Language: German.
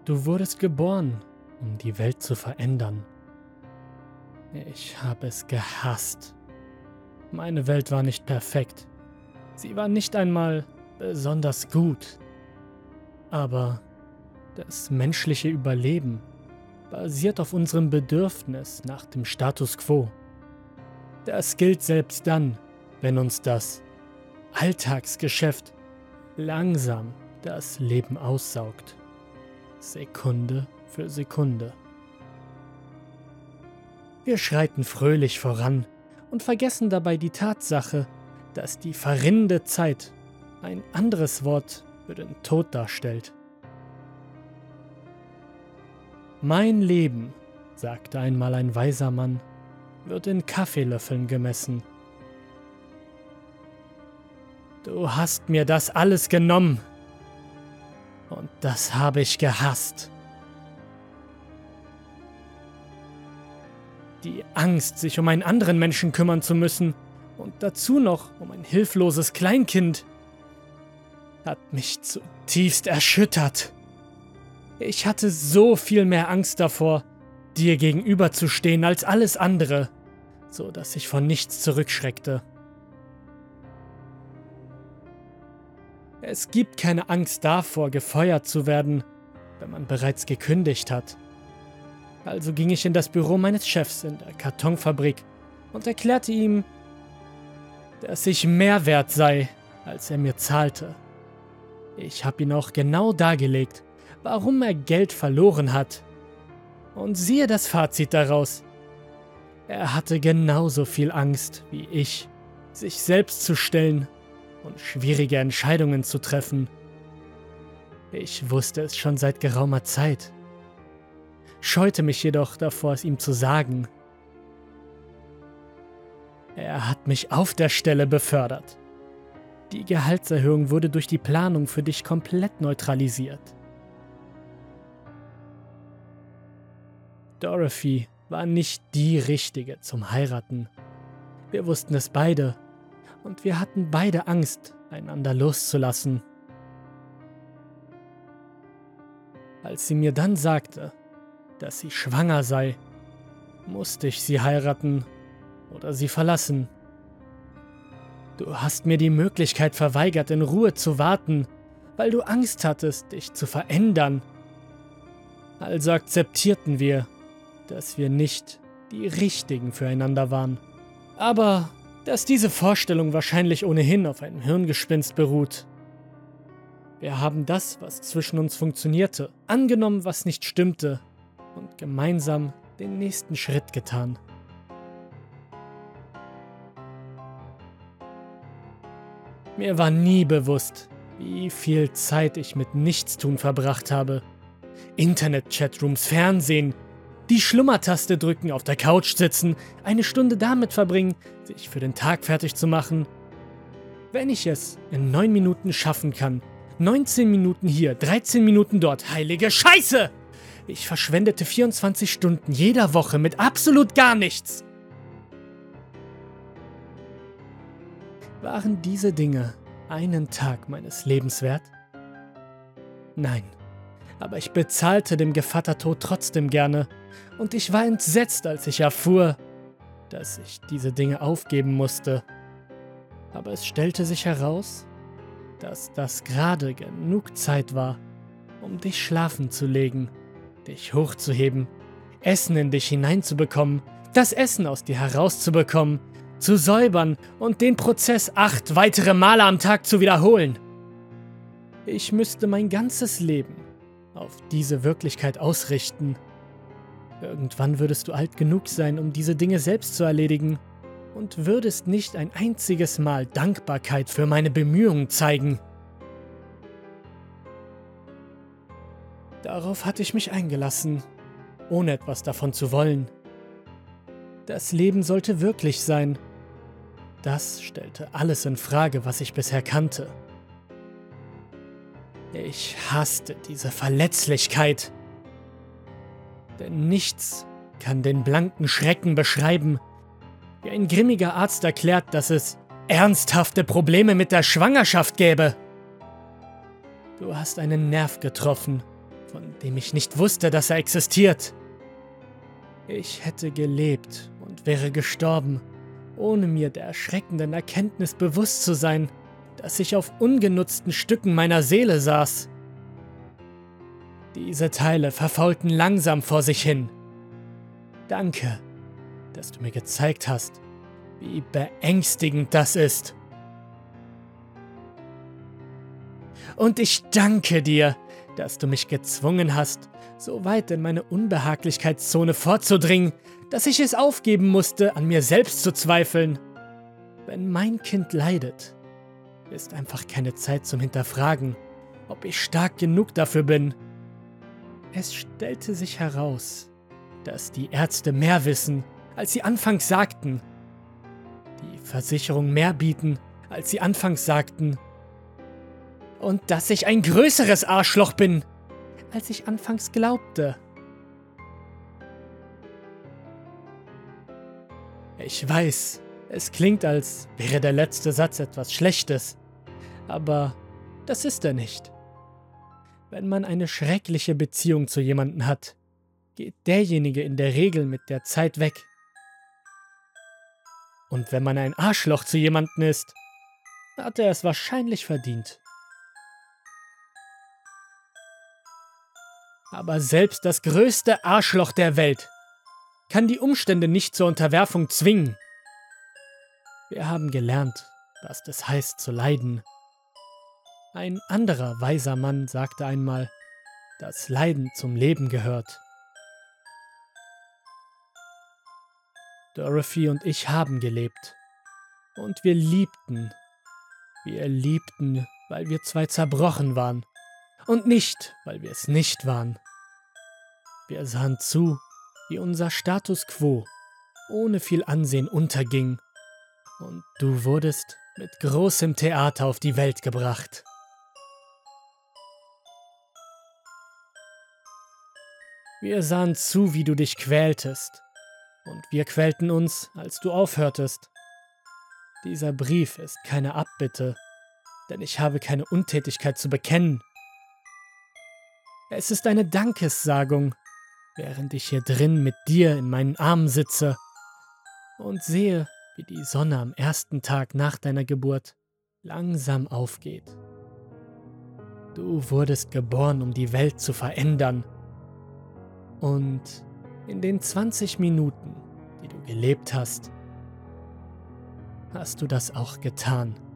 Du wurdest geboren, um die Welt zu verändern. Ich habe es gehasst. Meine Welt war nicht perfekt. Sie war nicht einmal besonders gut. Aber das menschliche Überleben basiert auf unserem Bedürfnis nach dem Status quo. Das gilt selbst dann, wenn uns das Alltagsgeschäft langsam das Leben aussaugt. Sekunde für Sekunde. Wir schreiten fröhlich voran und vergessen dabei die Tatsache, dass die verrinnende Zeit ein anderes Wort für den Tod darstellt. Mein Leben, sagte einmal ein weiser Mann, wird in Kaffeelöffeln gemessen. Du hast mir das alles genommen. Und das habe ich gehasst. Die Angst, sich um einen anderen Menschen kümmern zu müssen und dazu noch um ein hilfloses Kleinkind, hat mich zutiefst erschüttert. Ich hatte so viel mehr Angst davor, dir gegenüberzustehen als alles andere, so dass ich vor nichts zurückschreckte. Es gibt keine Angst davor, gefeuert zu werden, wenn man bereits gekündigt hat. Also ging ich in das Büro meines Chefs in der Kartonfabrik und erklärte ihm, dass ich mehr wert sei, als er mir zahlte. Ich habe ihm auch genau dargelegt, warum er Geld verloren hat. Und siehe das Fazit daraus. Er hatte genauso viel Angst wie ich, sich selbst zu stellen und schwierige Entscheidungen zu treffen. Ich wusste es schon seit geraumer Zeit, scheute mich jedoch davor, es ihm zu sagen. Er hat mich auf der Stelle befördert. Die Gehaltserhöhung wurde durch die Planung für dich komplett neutralisiert. Dorothy war nicht die Richtige zum Heiraten. Wir wussten es beide und wir hatten beide Angst, einander loszulassen. Als sie mir dann sagte, dass sie schwanger sei, musste ich sie heiraten oder sie verlassen. Du hast mir die Möglichkeit verweigert, in Ruhe zu warten, weil du Angst hattest, dich zu verändern. Also akzeptierten wir, dass wir nicht die Richtigen füreinander waren. Aber dass diese Vorstellung wahrscheinlich ohnehin auf einem Hirngespinst beruht. Wir haben das, was zwischen uns funktionierte, angenommen, was nicht stimmte, und gemeinsam den nächsten Schritt getan. Mir war nie bewusst, wie viel Zeit ich mit Nichtstun verbracht habe. Internet-Chatrooms, Fernsehen, die Schlummertaste drücken, auf der Couch sitzen, eine Stunde damit verbringen, sich für den Tag fertig zu machen. Wenn ich es in 9 Minuten schaffen kann, 19 Minuten hier, 13 Minuten dort, heilige Scheiße! Ich verschwendete 24 Stunden jeder Woche mit absolut gar nichts. Waren diese Dinge einen Tag meines Lebens wert? Nein, aber ich bezahlte dem Gevattertod trotzdem gerne und ich war entsetzt, als ich erfuhr, dass ich diese Dinge aufgeben musste. Aber es stellte sich heraus, dass das gerade genug Zeit war, um dich schlafen zu legen, dich hochzuheben, Essen in dich hineinzubekommen, das Essen aus dir herauszubekommen, zu säubern und den Prozess 8 weitere Male am Tag zu wiederholen. Ich müsste mein ganzes Leben auf diese Wirklichkeit ausrichten. Irgendwann würdest du alt genug sein, um diese Dinge selbst zu erledigen und würdest nicht ein einziges Mal Dankbarkeit für meine Bemühungen zeigen. Darauf hatte ich mich eingelassen, ohne etwas davon zu wollen. Das Leben sollte wirklich sein. Das stellte alles in Frage, was ich bisher kannte. Ich hasste diese Verletzlichkeit. Denn nichts kann den blanken Schrecken beschreiben, wie ein grimmiger Arzt erklärt, dass es ernsthafte Probleme mit der Schwangerschaft gäbe. Du hast einen Nerv getroffen, von dem ich nicht wusste, dass er existiert. Ich hätte gelebt und wäre gestorben, ohne mir der erschreckenden Erkenntnis bewusst zu sein, dass ich auf ungenutzten Stücken meiner Seele saß. Diese Teile verfaulten langsam vor sich hin. Danke, dass du mir gezeigt hast, wie beängstigend das ist. Und ich danke dir, dass du mich gezwungen hast, so weit in meine Unbehaglichkeitszone vorzudringen, dass ich es aufgeben musste, an mir selbst zu zweifeln. Wenn mein Kind leidet, ist einfach keine Zeit zum Hinterfragen, ob ich stark genug dafür bin. Es stellte sich heraus, dass die Ärzte mehr wissen, als sie anfangs sagten. Die Versicherungen mehr bieten, als sie anfangs sagten. Und dass ich ein größeres Arschloch bin, als ich anfangs glaubte. Ich weiß, es klingt, als wäre der letzte Satz etwas Schlechtes, aber das ist er nicht. Wenn man eine schreckliche Beziehung zu jemandem hat, geht derjenige in der Regel mit der Zeit weg. Und wenn man ein Arschloch zu jemandem ist, hat er es wahrscheinlich verdient. Aber selbst das größte Arschloch der Welt kann die Umstände nicht zur Unterwerfung zwingen. Wir haben gelernt, was es heißt zu leiden. Ein anderer weiser Mann sagte einmal, dass Leiden zum Leben gehört. Dorothy und ich haben gelebt. Und wir liebten. Wir liebten, weil wir zwei zerbrochen waren. Und nicht, weil wir es nicht waren. Wir sahen zu, wie unser Status quo ohne viel Ansehen unterging. Und du wurdest mit großem Theater auf die Welt gebracht. Wir sahen zu, wie du dich quältest. Und wir quälten uns, als du aufhörtest. Dieser Brief ist keine Abbitte, denn ich habe keine Untätigkeit zu bekennen. Es ist eine Dankessagung, während ich hier drin mit dir in meinen Armen sitze und sehe, wie die Sonne am ersten Tag nach deiner Geburt langsam aufgeht. Du wurdest geboren, um die Welt zu verändern. Und in den 20 Minuten, die du gelebt hast, hast du das auch getan.